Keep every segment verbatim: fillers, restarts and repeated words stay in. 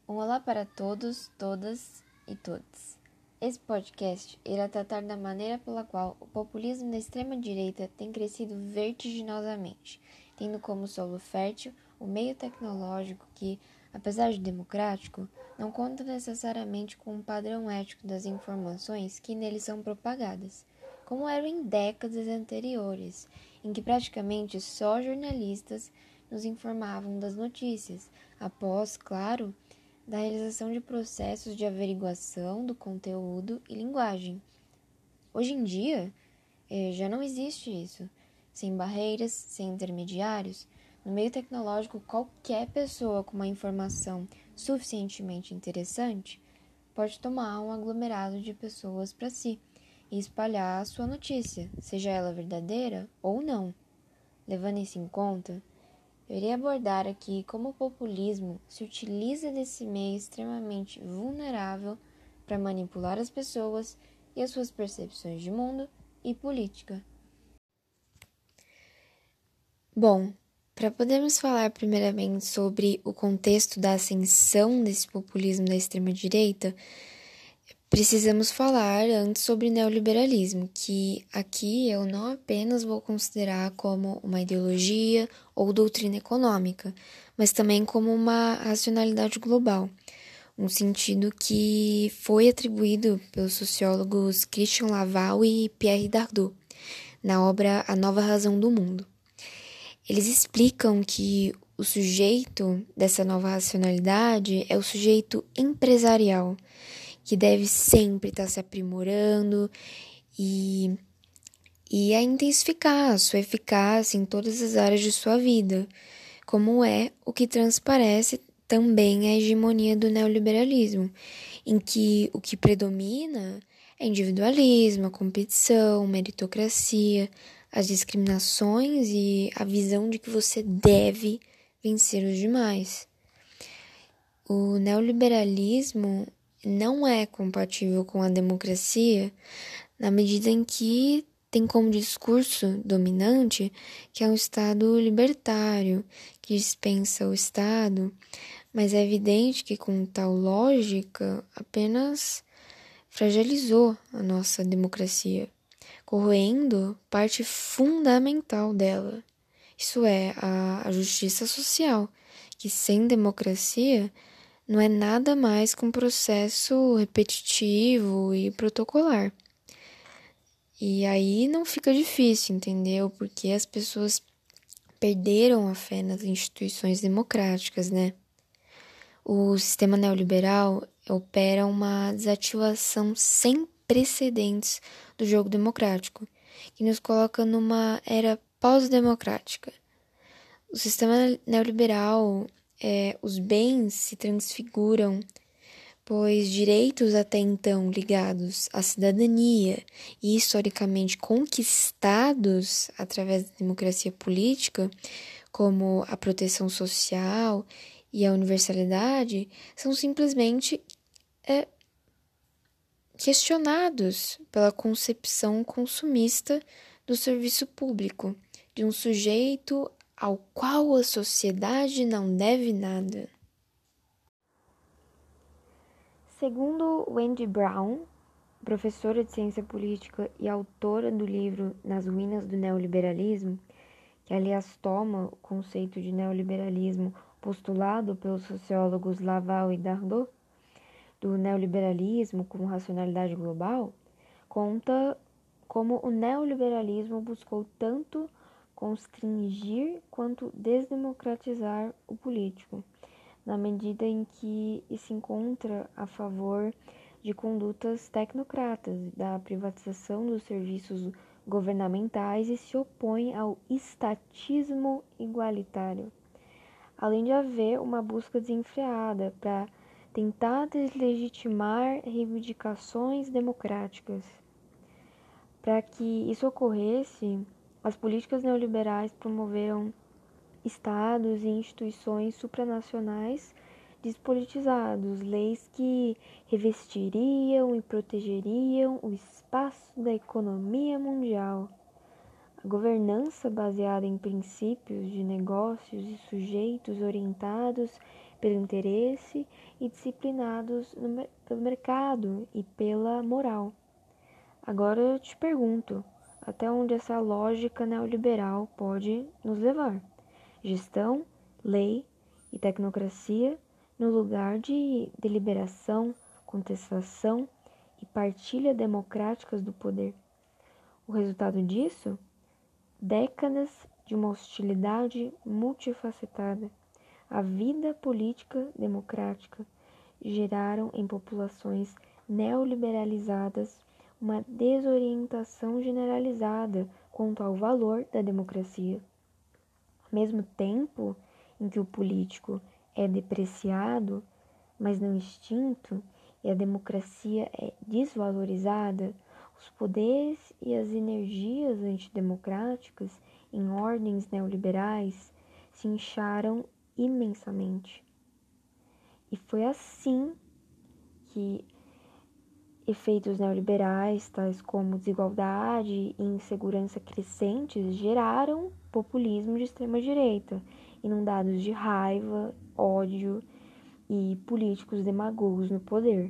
Um olá para todos, todas e todos. Esse podcast irá tratar da maneira pela qual o populismo da extrema-direita tem crescido vertiginosamente, tendo como solo fértil o meio tecnológico que, apesar de democrático, não conta necessariamente com um padrão ético das informações que neles são propagadas, como eram em décadas anteriores, em que praticamente só jornalistas nos informavam das notícias, após, claro, da realização de processos de averiguação do conteúdo e linguagem. Hoje em dia, eh, já não existe isso. Sem barreiras, sem intermediários, no meio tecnológico, qualquer pessoa com uma informação suficientemente interessante pode tomar um aglomerado de pessoas para si e espalhar a sua notícia, seja ela verdadeira ou não. Levando isso em conta, eu irei abordar aqui como o populismo se utiliza desse meio extremamente vulnerável para manipular as pessoas e as suas percepções de mundo e política. Bom, para podermos falar primeiramente sobre o contexto da ascensão desse populismo da extrema-direita, precisamos falar antes sobre neoliberalismo, que aqui eu não apenas vou considerar como uma ideologia ou doutrina econômica, mas também como uma racionalidade global, um sentido que foi atribuído pelos sociólogos Christian Laval e Pierre Dardot, na obra A Nova Razão do Mundo. Eles explicam que o sujeito dessa nova racionalidade é o sujeito empresarial, que deve sempre estar se aprimorando e, e a intensificar a sua eficácia em todas as áreas de sua vida, como é o que transparece também a hegemonia do neoliberalismo, em que o que predomina é individualismo, a competição, meritocracia, as discriminações e a visão de que você deve vencer os demais. O neoliberalismo não é compatível com a democracia na medida em que tem como discurso dominante que é um Estado libertário, que dispensa o Estado, mas é evidente que com tal lógica apenas fragilizou a nossa democracia, corroendo parte fundamental dela, isso é, a, a justiça social, que sem democracia não é nada mais que um processo repetitivo e protocolar. E aí não fica difícil, entendeu? Porque as pessoas perderam a fé nas instituições democráticas, né? O sistema neoliberal opera uma desativação sem precedentes do jogo democrático, que nos coloca numa era pós-democrática. O sistema neoliberal, é, os bens se transfiguram, pois direitos até então ligados à cidadania e historicamente conquistados através da democracia política, como a proteção social e a universalidade, são simplesmente é, questionados pela concepção consumista do serviço público, de um sujeito ao qual a sociedade não deve nada. Segundo Wendy Brown, professora de ciência política e autora do livro Nas Ruínas do Neoliberalismo, que aliás toma o conceito de neoliberalismo postulado pelos sociólogos Laval e Dardot, do neoliberalismo como racionalidade global, conta como o neoliberalismo buscou tanto constringir quanto desdemocratizar o político, na medida em que se encontra a favor de condutas tecnocratas, da privatização dos serviços governamentais e se opõe ao estatismo igualitário, além de haver uma busca desenfreada para tentar deslegitimar reivindicações democráticas. Para que isso ocorresse, as políticas neoliberais promoveram estados e instituições supranacionais despolitizados, leis que revestiriam e protegeriam o espaço da economia mundial. governança baseada em princípios de negócios e sujeitos orientados pelo interesse e disciplinados no, pelo mercado e pela moral. Agora eu te pergunto, até onde essa lógica neoliberal pode nos levar? Gestão, lei e tecnocracia no lugar de deliberação, contestação e partilha democráticas do poder. O resultado disso? Décadas de uma hostilidade multifacetada. A vida política democrática geraram em populações neoliberalizadas uma desorientação generalizada quanto ao valor da democracia. Ao mesmo tempo em que o político é depreciado, mas não extinto, e a democracia é desvalorizada, os poderes e as energias antidemocráticas em ordens neoliberais se incharam imensamente. E foi assim que efeitos neoliberais, tais como desigualdade e insegurança crescentes, geraram populismo de extrema-direita, inundados de raiva, ódio e políticos demagogos no poder.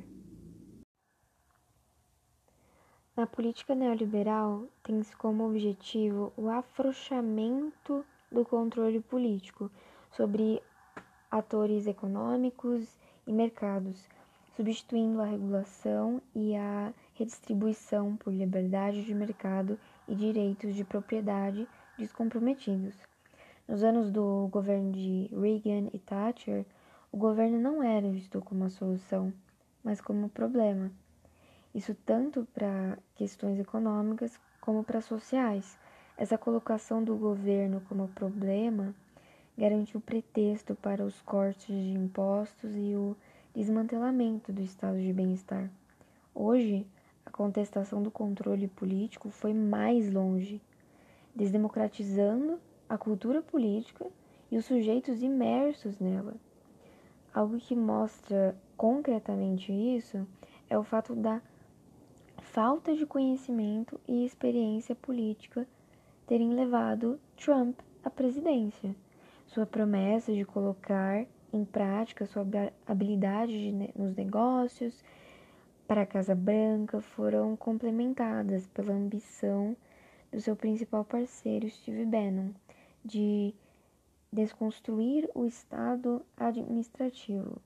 Na política neoliberal, tem-se como objetivo o afrouxamento do controle político sobre atores econômicos e mercados, substituindo a regulação e a redistribuição por liberdade de mercado e direitos de propriedade descomprometidos. Nos anos do governo de Reagan e Thatcher, o governo não era visto como uma solução, mas como um problema. Isso tanto para questões econômicas como para sociais. Essa colocação do governo como problema garantiu pretexto para os cortes de impostos e o desmantelamento do estado de bem-estar. Hoje, a contestação do controle político foi mais longe, desdemocratizando a cultura política e os sujeitos imersos nela. Algo que mostra concretamente isso é o fato da falta de conhecimento e experiência política terem levado Trump à presidência. Sua promessa de colocar em prática sua habilidade nos negócios para a Casa Branca foram complementadas pela ambição do seu principal parceiro, Steve Bannon, de desconstruir o Estado administrativo.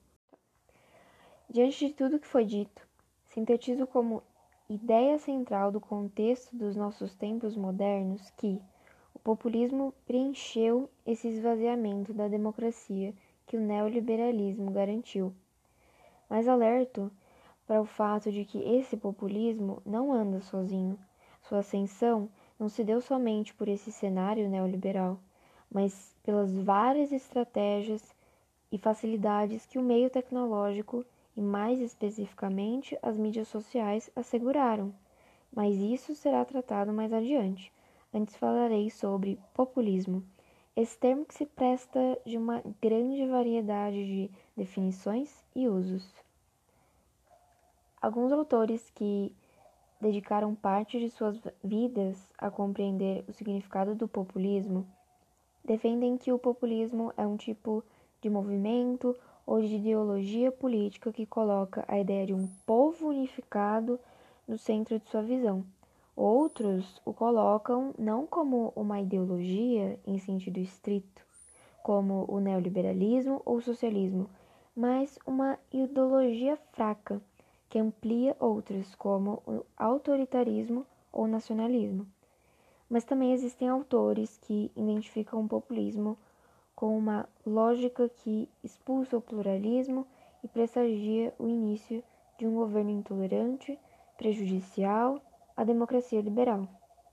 Diante de tudo que foi dito, sintetizo como ideia central do contexto dos nossos tempos modernos que o populismo preencheu esse esvaziamento da democracia que o neoliberalismo garantiu. Mas alerto para o fato de que esse populismo não anda sozinho. Sua ascensão não se deu somente por esse cenário neoliberal, mas pelas várias estratégias e facilidades que o meio tecnológico e, mais especificamente, as mídias sociais asseguraram. Mas isso será tratado mais adiante. Antes falarei sobre populismo, esse termo que se presta de uma grande variedade de definições e usos. Alguns autores que dedicaram parte de suas vidas a compreender o significado do populismo defendem que o populismo é um tipo de movimento ou de ideologia política que coloca a ideia de um povo unificado no centro de sua visão. Outros o colocam não como uma ideologia em sentido estrito, como o neoliberalismo ou o socialismo, mas uma ideologia fraca, que amplia outras, como o autoritarismo ou nacionalismo. Mas também existem autores que identificam o populismo com uma lógica que expulsa o pluralismo e pressagia o início de um governo intolerante, prejudicial à democracia liberal.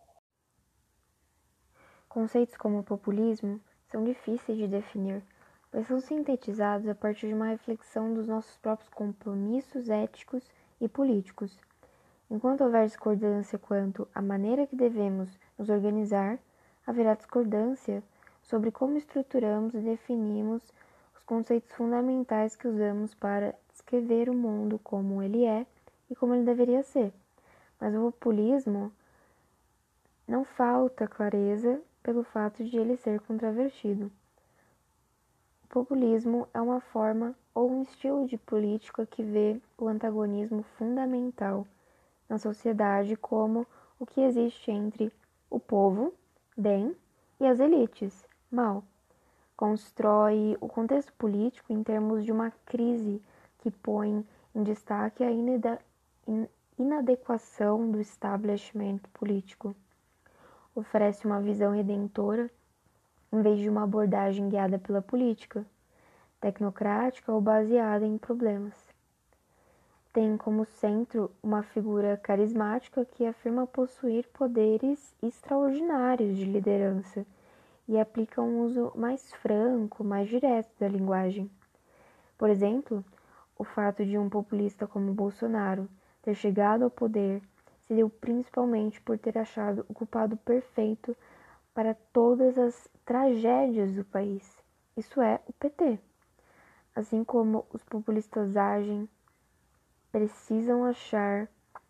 Conceitos como populismo são difíceis de definir, pois são sintetizados a partir de uma reflexão dos nossos próprios compromissos éticos e políticos. Enquanto houver discordância quanto à maneira que devemos nos organizar, haverá discordância sobre como estruturamos e definimos os conceitos fundamentais que usamos para descrever o mundo como ele é e como ele deveria ser. Mas o populismo não falta clareza pelo fato de ele ser controvertido. O populismo é uma forma ou um estilo de política que vê o antagonismo fundamental na sociedade como o que existe entre o povo, bem, e as elites, mal. Constrói o contexto político em termos de uma crise que põe em destaque a inadequação do establishment político. Oferece uma visão redentora em vez de uma abordagem guiada pela política, tecnocrática ou baseada em problemas. Tem como centro uma figura carismática que afirma possuir poderes extraordinários de liderança e aplica um uso mais franco, mais direto da linguagem. Por exemplo, o fato de um populista como Bolsonaro ter chegado ao poder se deu principalmente por ter achado o culpado perfeito para todas as tragédias do país. Isso é o P T. Assim como os populistas agem, precisam achar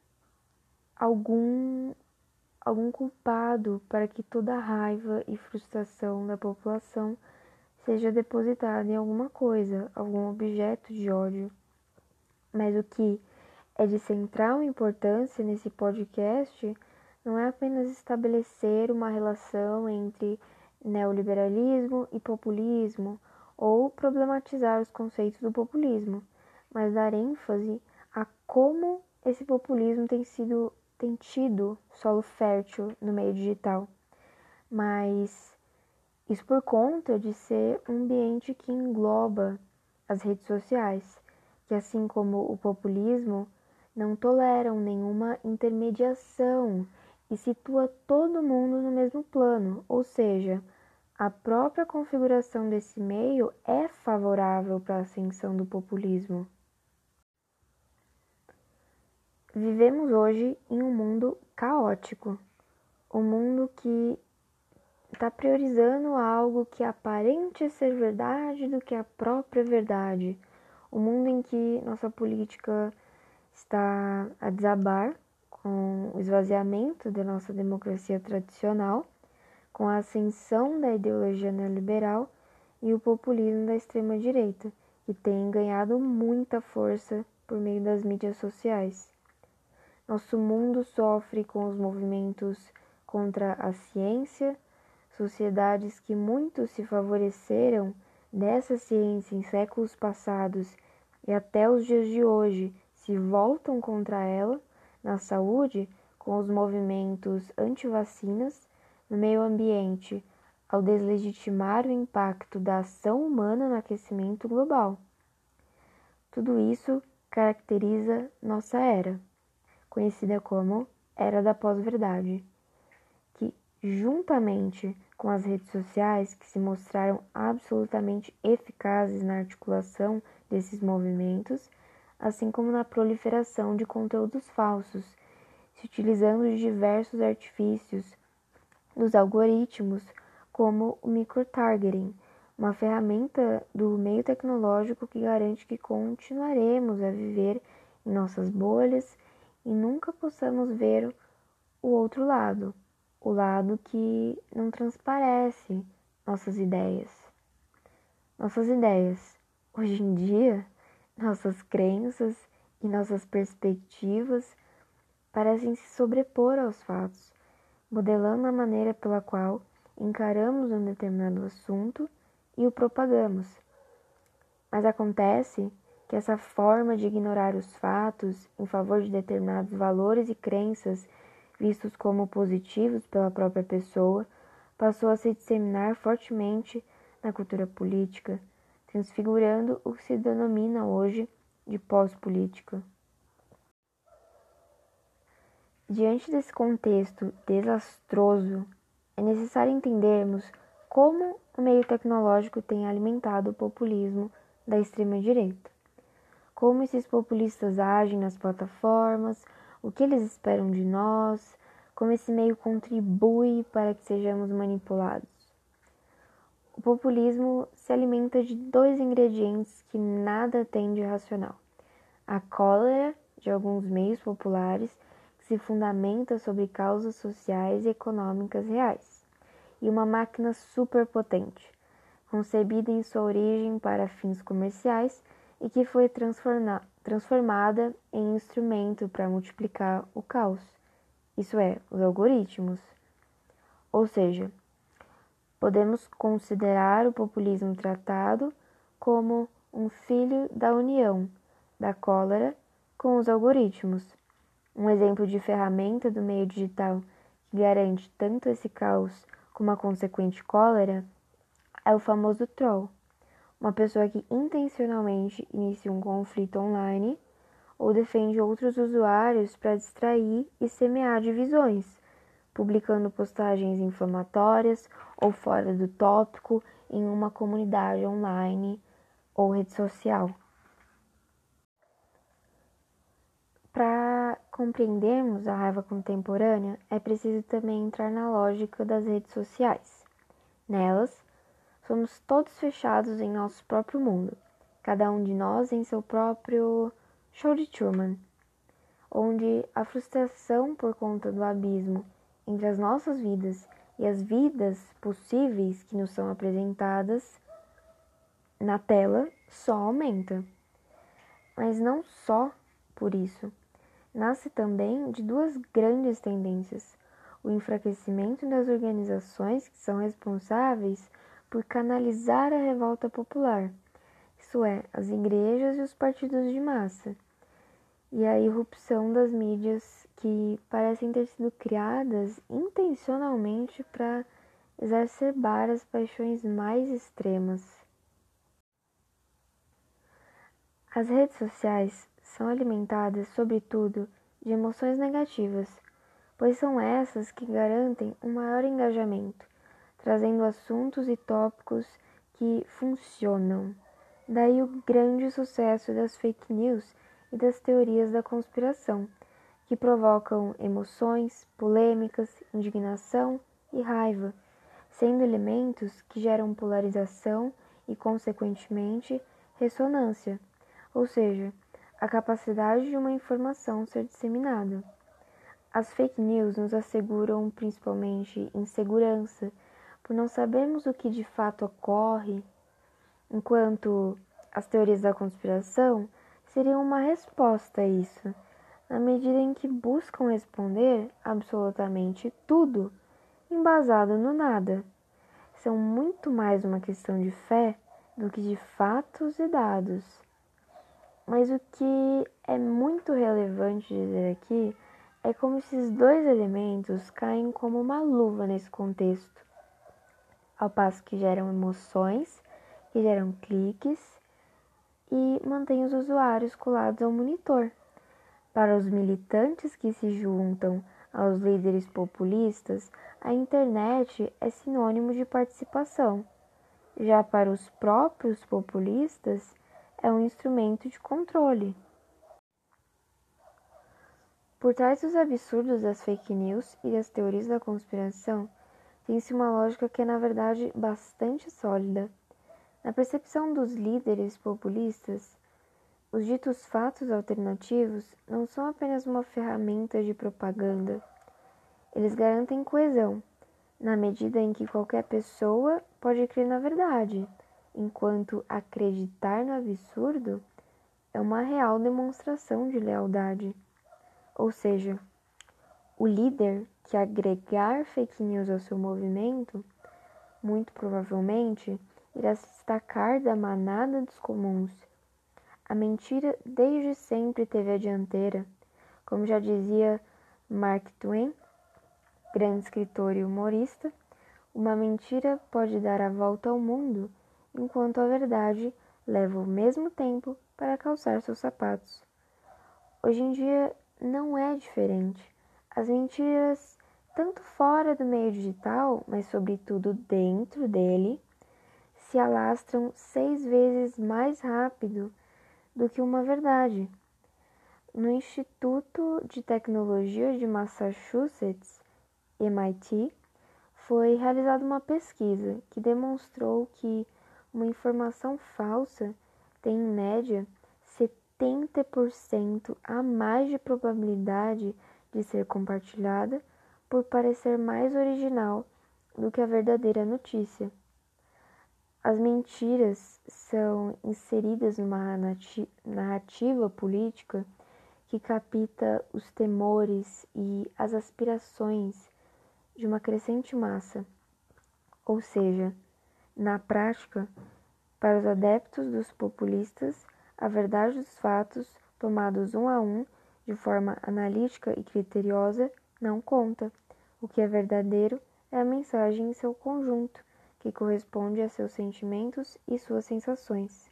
algum, algum culpado para que toda a raiva e frustração da população seja depositada em alguma coisa, algum objeto de ódio. Mas o que é de central importância nesse podcast não é apenas estabelecer uma relação entre neoliberalismo e populismo ou problematizar os conceitos do populismo, mas dar ênfase a como esse populismo tem sido tem tido solo fértil no meio digital. Mas isso por conta de ser um ambiente que engloba as redes sociais, que assim como o populismo, não toleram nenhuma intermediação e situa todo mundo no mesmo plano, ou seja, a própria configuração desse meio é favorável para a ascensão do populismo. Vivemos hoje em um mundo caótico, um mundo que está priorizando algo que aparente ser verdade do que a própria verdade, um mundo em que nossa política está a desabar com o esvaziamento da nossa democracia tradicional, com a ascensão da ideologia neoliberal e o populismo da extrema-direita, que tem ganhado muita força por meio das mídias sociais. Nosso mundo sofre com os movimentos contra a ciência, sociedades que muito se favoreceram dessa ciência em séculos passados e até os dias de hoje se voltam contra ela, na saúde, com os movimentos anti-vacinas, no meio ambiente, ao deslegitimar o impacto da ação humana no aquecimento global. Tudo isso caracteriza nossa era, conhecida como Era da Pós-Verdade, que, juntamente com as redes sociais, que se mostraram absolutamente eficazes na articulação desses movimentos, assim como na proliferação de conteúdos falsos, se utilizando de diversos artifícios dos algoritmos, como o microtargeting, uma ferramenta do meio tecnológico que garante que continuaremos a viver em nossas bolhas e nunca possamos ver o outro lado, o lado que não transparece nossas ideias. Nossas ideias, hoje em dia, nossas crenças e nossas perspectivas parecem se sobrepor aos fatos, modelando a maneira pela qual encaramos um determinado assunto e o propagamos. Mas acontece que essa forma de ignorar os fatos em favor de determinados valores e crenças vistos como positivos pela própria pessoa passou a se disseminar fortemente na cultura política, transfigurando o que se denomina hoje de pós-política. Diante desse contexto desastroso, é necessário entendermos como o meio tecnológico tem alimentado o populismo da extrema-direita, como esses populistas agem nas plataformas, o que eles esperam de nós, como esse meio contribui para que sejamos manipulados. O populismo se alimenta de dois ingredientes que nada tem de racional: a cólera de alguns meios populares, que se fundamenta sobre causas sociais e econômicas reais, e uma máquina superpotente, concebida em sua origem para fins comerciais e que foi transforma- transformada em instrumento para multiplicar o caos, isso é, os algoritmos. Ou seja, podemos considerar o populismo tratado como um filho da união da cólera com os algoritmos. Um exemplo de ferramenta do meio digital que garante tanto esse caos como a consequente cólera é o famoso troll, uma pessoa que intencionalmente inicia um conflito online ou defende outros usuários para distrair e semear divisões, publicando postagens inflamatórias ou fora do tópico em uma comunidade online ou rede social. Para compreendermos a raiva contemporânea, é preciso também entrar na lógica das redes sociais. Nelas, somos todos fechados em nosso próprio mundo, cada um de nós em seu próprio show de Truman, onde a frustração por conta do abismo entre as nossas vidas e as vidas possíveis que nos são apresentadas na tela só aumenta. Mas não só por isso. Nasce também de duas grandes tendências: o enfraquecimento das organizações que são responsáveis por canalizar a revolta popular, isso é, as igrejas e os partidos de massa, e a irrupção das mídias que parecem ter sido criadas intencionalmente para exacerbar as paixões mais extremas. As redes sociais são alimentadas, sobretudo, de emoções negativas, pois são essas que garantem um maior engajamento, trazendo assuntos e tópicos que funcionam. Daí o grande sucesso das fake news e das teorias da conspiração, que provocam emoções, polêmicas, indignação e raiva, sendo elementos que geram polarização e, consequentemente, ressonância, ou seja, a capacidade de uma informação ser disseminada. As fake news nos asseguram principalmente insegurança, por não sabermos o que de fato ocorre, enquanto as teorias da conspiração seriam uma resposta a isso, na medida em que buscam responder absolutamente tudo, embasado no nada. São muito mais uma questão de fé do que de fatos e dados. Mas o que é muito relevante dizer aqui é como esses dois elementos caem como uma luva nesse contexto, ao passo que geram emoções, que geram cliques e mantêm os usuários colados ao monitor. Para os militantes que se juntam aos líderes populistas, a internet é sinônimo de participação. Já para os próprios populistas, é um instrumento de controle. Por trás dos absurdos das fake news e das teorias da conspiração, tem-se uma lógica que é, na verdade, bastante sólida. Na percepção dos líderes populistas, os ditos fatos alternativos não são apenas uma ferramenta de propaganda. Eles garantem coesão, na medida em que qualquer pessoa pode crer na verdade, enquanto acreditar no absurdo é uma real demonstração de lealdade. Ou seja, o líder que agregar fake news ao seu movimento, muito provavelmente, irá se destacar da manada dos comuns. A mentira desde sempre teve a dianteira. Como já dizia Mark Twain, grande escritor e humorista, uma mentira pode dar a volta ao mundo, enquanto a verdade leva o mesmo tempo para calçar seus sapatos. Hoje em dia não é diferente. As mentiras, tanto fora do meio digital, mas sobretudo dentro dele, se alastram seis vezes mais rápido do que uma verdade. No Instituto de Tecnologia de Massachusetts, M I T, foi realizada uma pesquisa que demonstrou que uma informação falsa tem, em média, setenta por cento a mais de probabilidade de ser compartilhada por parecer mais original do que a verdadeira notícia. As mentiras são inseridas numa narrativa política que capta os temores e as aspirações de uma crescente massa. Ou seja, na prática, para os adeptos dos populistas, a verdade dos fatos, tomados um a um, de forma analítica e criteriosa, não conta. O que é verdadeiro é a mensagem em seu conjunto, que corresponde a seus sentimentos e suas sensações.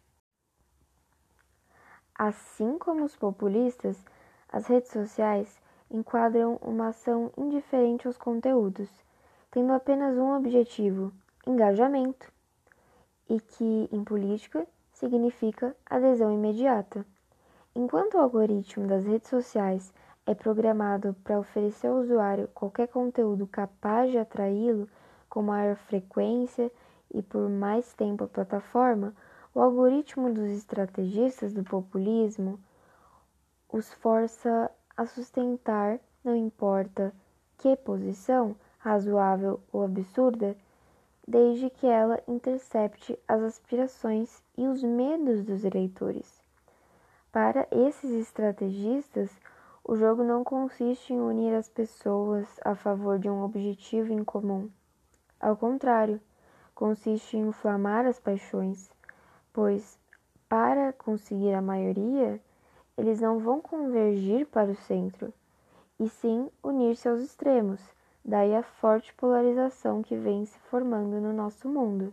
Assim como os populistas, as redes sociais enquadram uma ação indiferente aos conteúdos, tendo apenas um objetivo: engajamento, e que, em política, significa adesão imediata. Enquanto o algoritmo das redes sociais é programado para oferecer ao usuário qualquer conteúdo capaz de atraí-lo com maior frequência e por mais tempo à plataforma, o algoritmo dos estrategistas do populismo os força a sustentar, não importa que posição, razoável ou absurda, desde que ela intercepte as aspirações e os medos dos eleitores. Para esses estrategistas, o jogo não consiste em unir as pessoas a favor de um objetivo em comum. Ao contrário, consiste em inflamar as paixões, pois, para conseguir a maioria, eles não vão convergir para o centro, e sim unir-se aos extremos. Daí a forte polarização que vem se formando no nosso mundo.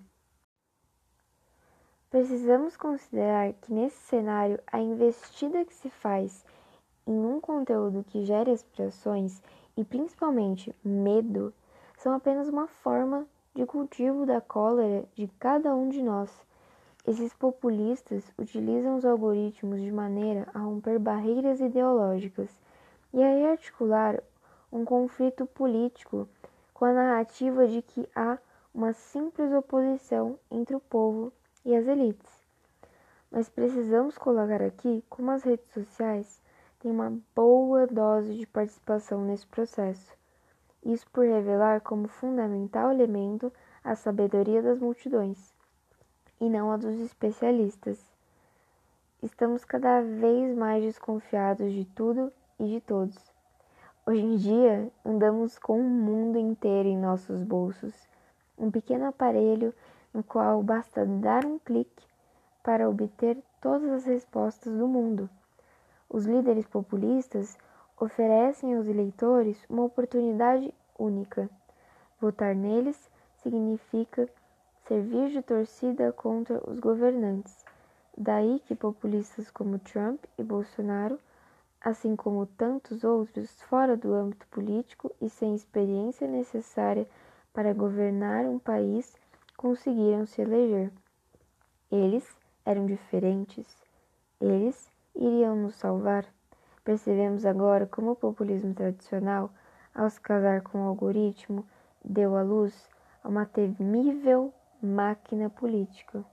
Precisamos considerar que nesse cenário a investida que se faz em um conteúdo que gere aspirações e principalmente medo são apenas uma forma de cultivo da cólera de cada um de nós. Esses populistas utilizam os algoritmos de maneira a romper barreiras ideológicas e a articular um conflito político com a narrativa de que há uma simples oposição entre o povo e as elites. Mas precisamos colocar aqui como as redes sociais têm uma boa dose de participação nesse processo. Isso por revelar como fundamental elemento a sabedoria das multidões, e não a dos especialistas. Estamos cada vez mais desconfiados de tudo e de todos. Hoje em dia, andamos com o mundo inteiro em nossos bolsos, um pequeno aparelho no qual basta dar um clique para obter todas as respostas do mundo. Os líderes populistas oferecem aos eleitores uma oportunidade única. Votar neles significa servir de torcida contra os governantes. Daí que populistas como Trump e Bolsonaro, assim como tantos outros fora do âmbito político e sem experiência necessária para governar um país, conseguiram se eleger. Eles eram diferentes. Eles iriam nos salvar. Percebemos agora como o populismo tradicional, ao se casar com o algoritmo, deu à luz a uma temível máquina política.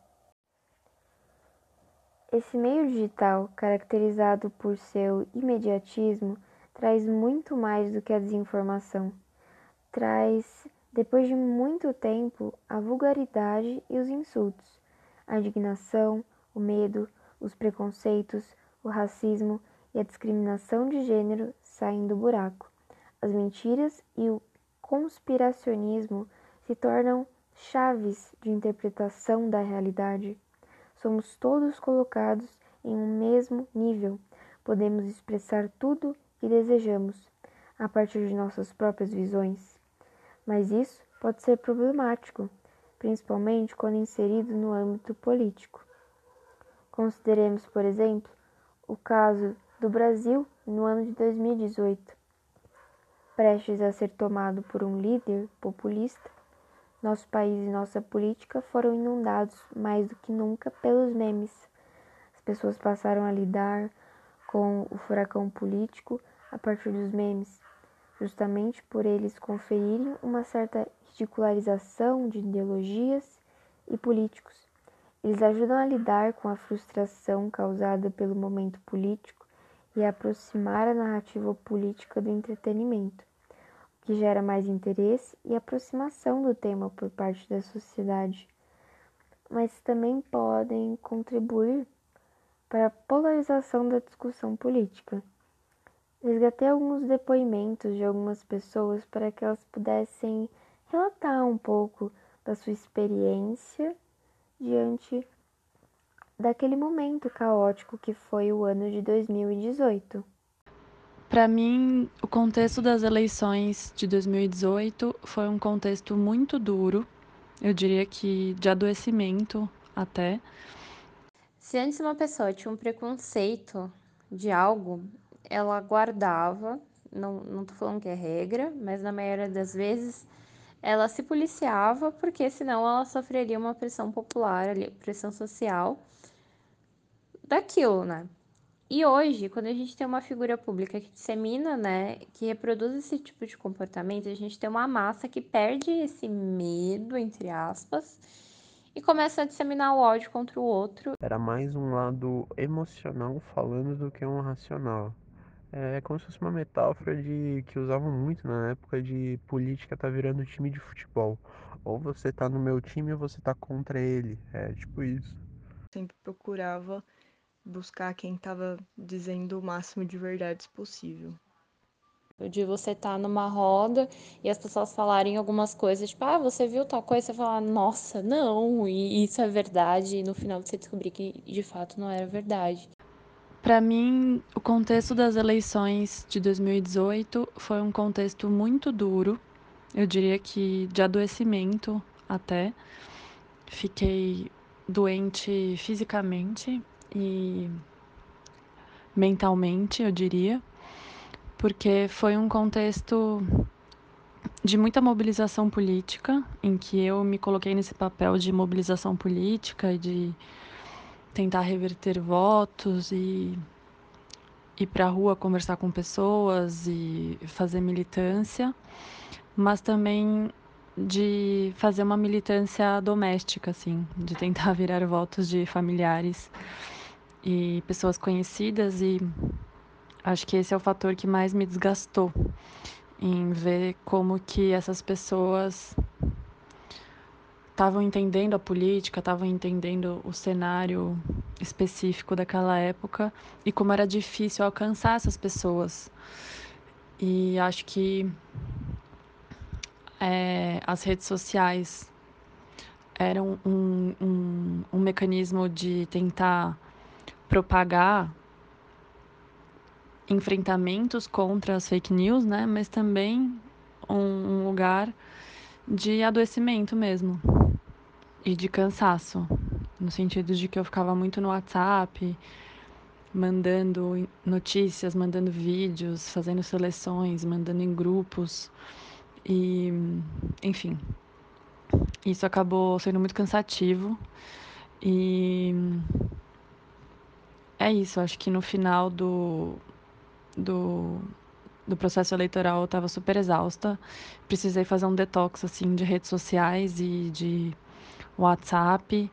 Esse meio digital, caracterizado por seu imediatismo, traz muito mais do que a desinformação. Traz, depois de muito tempo, a vulgaridade e os insultos, a indignação, o medo, os preconceitos, o racismo e a discriminação de gênero saem do buraco. As mentiras e o conspiracionismo se tornam chaves de interpretação da realidade. Somos todos colocados em um mesmo nível. Podemos expressar tudo que desejamos, a partir de nossas próprias visões. Mas isso pode ser problemático, principalmente quando inserido no âmbito político. Consideremos, por exemplo, o caso do Brasil no ano de dois mil e dezoito. Prestes a ser tomado por um líder populista, nosso país e nossa política foram inundados mais do que nunca pelos memes. As pessoas passaram a lidar com o furacão político a partir dos memes, justamente por eles conferirem uma certa ridicularização de ideologias e políticos. Eles ajudam a lidar com a frustração causada pelo momento político e aproximar a narrativa política do entretenimento, o que gera mais interesse e aproximação do tema por parte da sociedade, mas também podem contribuir para a polarização da discussão política. Resgatei alguns depoimentos de algumas pessoas para que elas pudessem relatar um pouco da sua experiência diante daquele momento caótico que foi o ano de dois mil e dezoito. Para mim, o contexto das eleições de dois mil e dezoito foi um contexto muito duro, eu diria que de adoecimento até. Se antes uma pessoa tinha um preconceito de algo, ela guardava, não, não tô falando que é regra, mas na maioria das vezes ela se policiava, porque senão ela sofreria uma pressão popular, ali, pressão social daquilo, né? E hoje, quando a gente tem uma figura pública que dissemina, né, que reproduz esse tipo de comportamento, a gente tem uma massa que perde esse medo, entre aspas, e começa a disseminar o ódio contra o outro. Era mais um lado emocional falando do que um racional. É como se fosse uma metáfora de que usavam muito na época de política tá virando time de futebol. Ou você tá no meu time ou você tá contra ele. É tipo isso. Sempre procurava buscar quem estava dizendo o máximo de verdades possível. De você estar numa roda e as pessoas falarem algumas coisas, tipo, ah, você viu tal coisa, você falar, nossa, não, e isso é verdade, e no final você descobrir que de fato não era verdade. Para mim, o contexto das eleições de dois mil e dezoito foi um contexto muito duro, eu diria que de adoecimento até. Fiquei doente fisicamente e mentalmente, eu diria, porque foi um contexto de muita mobilização política, em que eu me coloquei nesse papel de mobilização política e de tentar reverter votos e ir para a rua conversar com pessoas e fazer militância, mas também de fazer uma militância doméstica, assim, de tentar virar votos de familiares e pessoas conhecidas, e acho que esse é o fator que mais me desgastou, em ver como que essas pessoas estavam entendendo a política, estavam entendendo o cenário específico daquela época e como era difícil alcançar essas pessoas. E acho que é, as redes sociais eram um, um, um mecanismo de tentar propagar enfrentamentos contra as fake news, né? Mas também um, um lugar de adoecimento mesmo e de cansaço, no sentido de que eu ficava muito no WhatsApp, mandando notícias, mandando vídeos, fazendo seleções, mandando em grupos e, enfim, isso acabou sendo muito cansativo e é isso. Acho que no final do, do, do processo eleitoral eu estava super exausta. Precisei fazer um detox, assim, de redes sociais e de WhatsApp.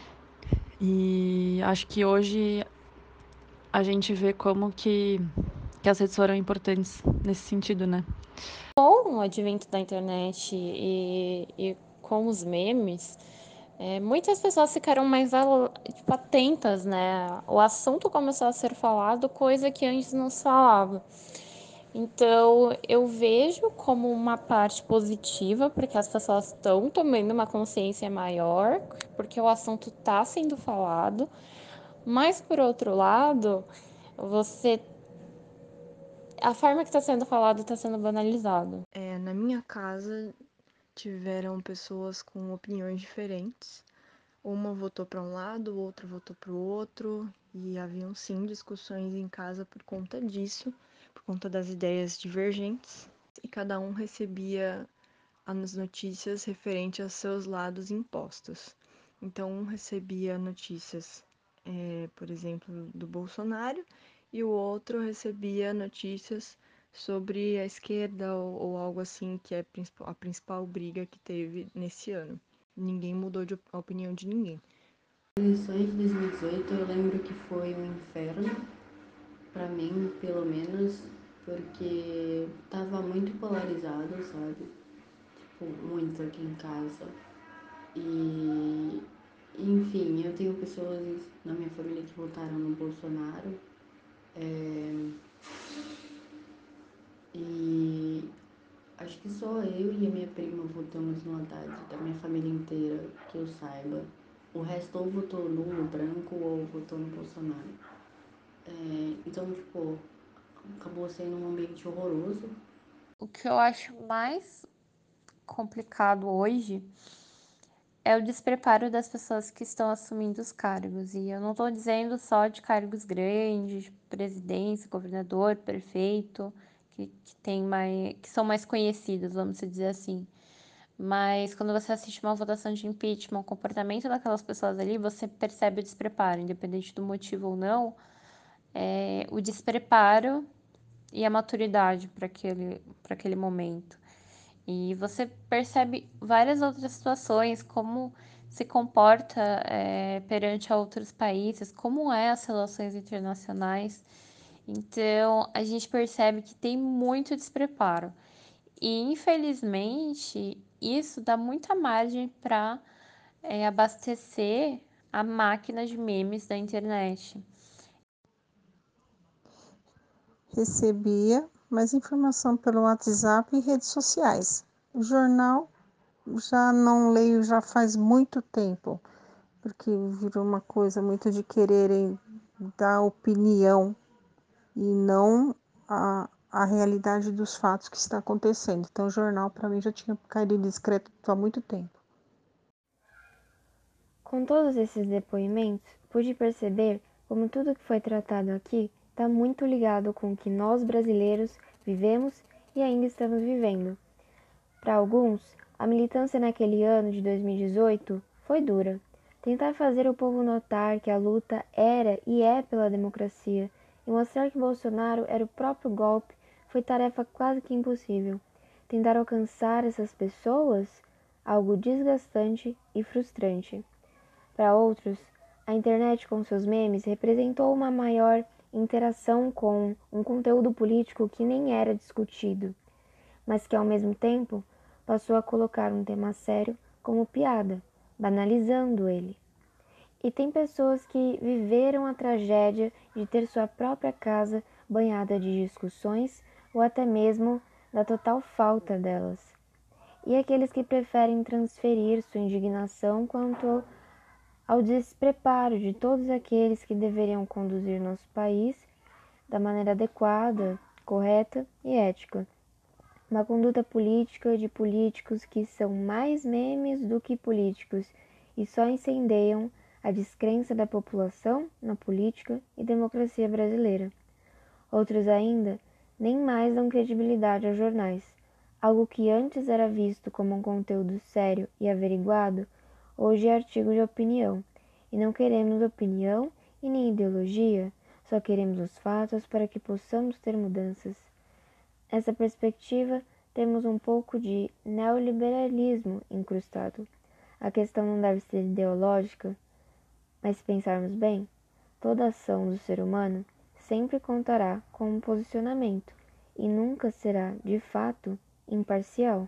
E acho que hoje a gente vê como que, que as redes foram importantes nesse sentido, né? Com o advento da internet e, e com os memes, é, muitas pessoas ficaram mais tipo, atentas, né? O assunto começou a ser falado, coisa que antes não se falava. Então, eu vejo como uma parte positiva, porque as pessoas estão tomando uma consciência maior, porque o assunto está sendo falado. Mas, por outro lado, você a forma que está sendo falado está sendo banalizado. É, na minha casa tiveram pessoas com opiniões diferentes. Uma votou para um lado, outra votou para o outro, e haviam sim discussões em casa por conta disso, por conta das ideias divergentes. E cada um recebia as notícias referentes aos seus lados impostos. Então, um recebia notícias, é, por exemplo, do Bolsonaro, e o outro recebia notícias sobre a esquerda ou, ou algo assim, que é a principal briga que teve nesse ano. Ninguém mudou de a opinião de ninguém. Eleições de dois mil e dezoito, eu lembro que foi um inferno para mim, assim, pelo menos, porque tava muito polarizado, sabe? Tipo, muito aqui em casa. E, enfim, eu tenho pessoas na minha família que votaram no Bolsonaro. É, e acho que só eu e a minha prima votamos no Haddad, da minha família inteira, que eu saiba. O resto ou votou nulo, branco, ou votou no Bolsonaro. É, então, tipo, acabou sendo um ambiente horroroso. O que eu acho mais complicado hoje é o despreparo das pessoas que estão assumindo os cargos. E eu não estou dizendo só de cargos grandes, presidência, governador, prefeito, que, que, tem mais, que são mais conhecidos, vamos dizer assim. Mas quando você assiste uma votação de impeachment, o comportamento daquelas pessoas ali, você percebe o despreparo, independente do motivo ou não, é, o despreparo e a maturidade para aquele, para aquele momento. E você percebe várias outras situações, como se comporta é, perante a outros países, como é as relações internacionais. Então, a gente percebe que tem muito despreparo. E, infelizmente, isso dá muita margem para é, abastecer a máquina de memes da internet. Recebia mais informação pelo WhatsApp e redes sociais. O jornal já não leio já faz muito tempo, porque virou uma coisa muito de quererem dar opinião e não a, a realidade dos fatos que está acontecendo. Então, o jornal, para mim, já tinha caído discreto há muito tempo. Com todos esses depoimentos, pude perceber como tudo que foi tratado aqui está muito ligado com o que nós brasileiros vivemos e ainda estamos vivendo. Para alguns, a militância naquele ano de dois mil e dezoito foi dura. Tentar fazer o povo notar que a luta era e é pela democracia e mostrar que Bolsonaro era o próprio golpe foi tarefa quase que impossível. Tentar alcançar essas pessoas, algo desgastante e frustrante. Para outros, a internet com seus memes representou uma maior interação com um conteúdo político que nem era discutido, mas que ao mesmo tempo passou a colocar um tema sério como piada, banalizando ele. E tem pessoas que viveram a tragédia de ter sua própria casa banhada de discussões ou até mesmo da total falta delas. E aqueles que preferem transferir sua indignação quanto ao despreparo de todos aqueles que deveriam conduzir nosso país da maneira adequada, correta e ética. Uma conduta política de políticos que são mais memes do que políticos e só incendeiam a descrença da população na política e democracia brasileira. Outros ainda nem mais dão credibilidade aos jornais. Algo que antes era visto como um conteúdo sério e averiguado, hoje é artigo de opinião. E não queremos opinião e nem ideologia, só queremos os fatos para que possamos ter mudanças. Nessa perspectiva, temos um pouco de neoliberalismo incrustado. A questão não deve ser ideológica, mas se pensarmos bem, toda ação do ser humano sempre contará com um posicionamento e nunca será, de fato, imparcial.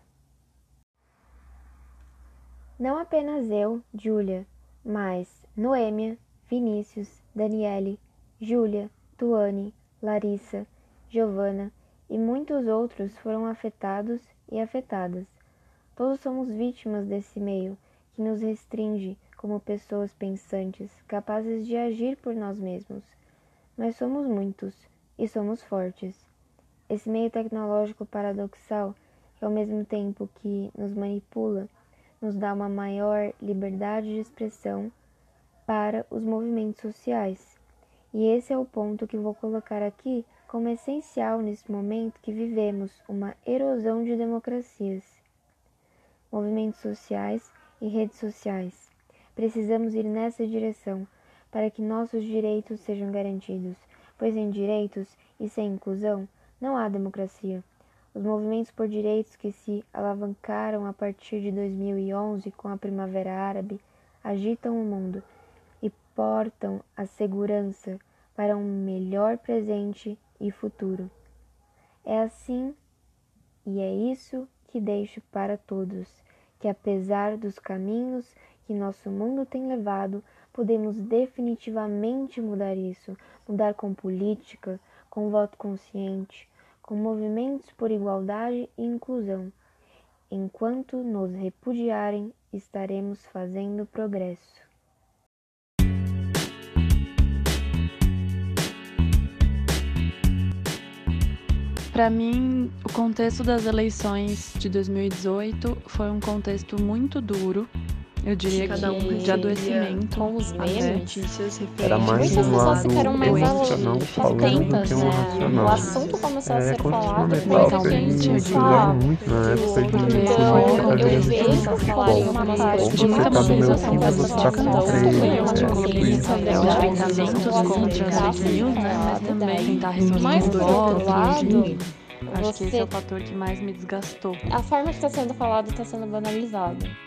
Não apenas eu, Júlia, mas Noêmia, Vinícius, Daniele, Júlia, Tuane, Larissa, Giovana e muitos outros foram afetados e afetadas. Todos somos vítimas desse meio que nos restringe como pessoas pensantes, capazes de agir por nós mesmos. Mas somos muitos e somos fortes. Esse meio tecnológico paradoxal, que ao mesmo tempo que nos manipula, nos dá uma maior liberdade de expressão para os movimentos sociais. E esse é o ponto que vou colocar aqui como essencial nesse momento que vivemos uma erosão de democracias. Movimentos sociais e redes sociais. Precisamos ir nessa direção para que nossos direitos sejam garantidos, pois sem direitos e sem inclusão não há democracia. Os movimentos por direitos que se alavancaram a partir de dois mil e onze com a Primavera Árabe agitam o mundo e portam a segurança para um melhor presente e futuro. É assim e é isso que deixo para todos, que apesar dos caminhos que nosso mundo tem levado, podemos definitivamente mudar isso, mudar com política, com voto consciente, com movimentos por igualdade e inclusão. Enquanto nos repudiarem, estaremos fazendo progresso. Para mim, o contexto das eleições de dois mil e dezoito foi um contexto muito duro, eu diria Cada um que de recebia adoecimento. Com os até. memes, Notícias Era referentes mais muitas um pessoas lado ficaram mais emocional falando do atentas, que um né? O racional. assunto começou a É ser como se fosse uma falado metáfora porque a mentalmente, de gente eu que digo, usavam sabe. muito na época de Porque política Então, foi um tá eu virando contexto vejo time de falar em futebol. uma de parte Ou de você muita tá do meu mobilização time ou você tá política, contra tanto ele. foi É uma de tipo coloquei nesse isso. papel de enfrentamentos contra as fake news, né? Mas também tentar resolver Mas, um por outro voto, lado, enfim. Acho que esse é você- o fator que mais me desgastou. A forma que está sendo falado está sendo banalizada.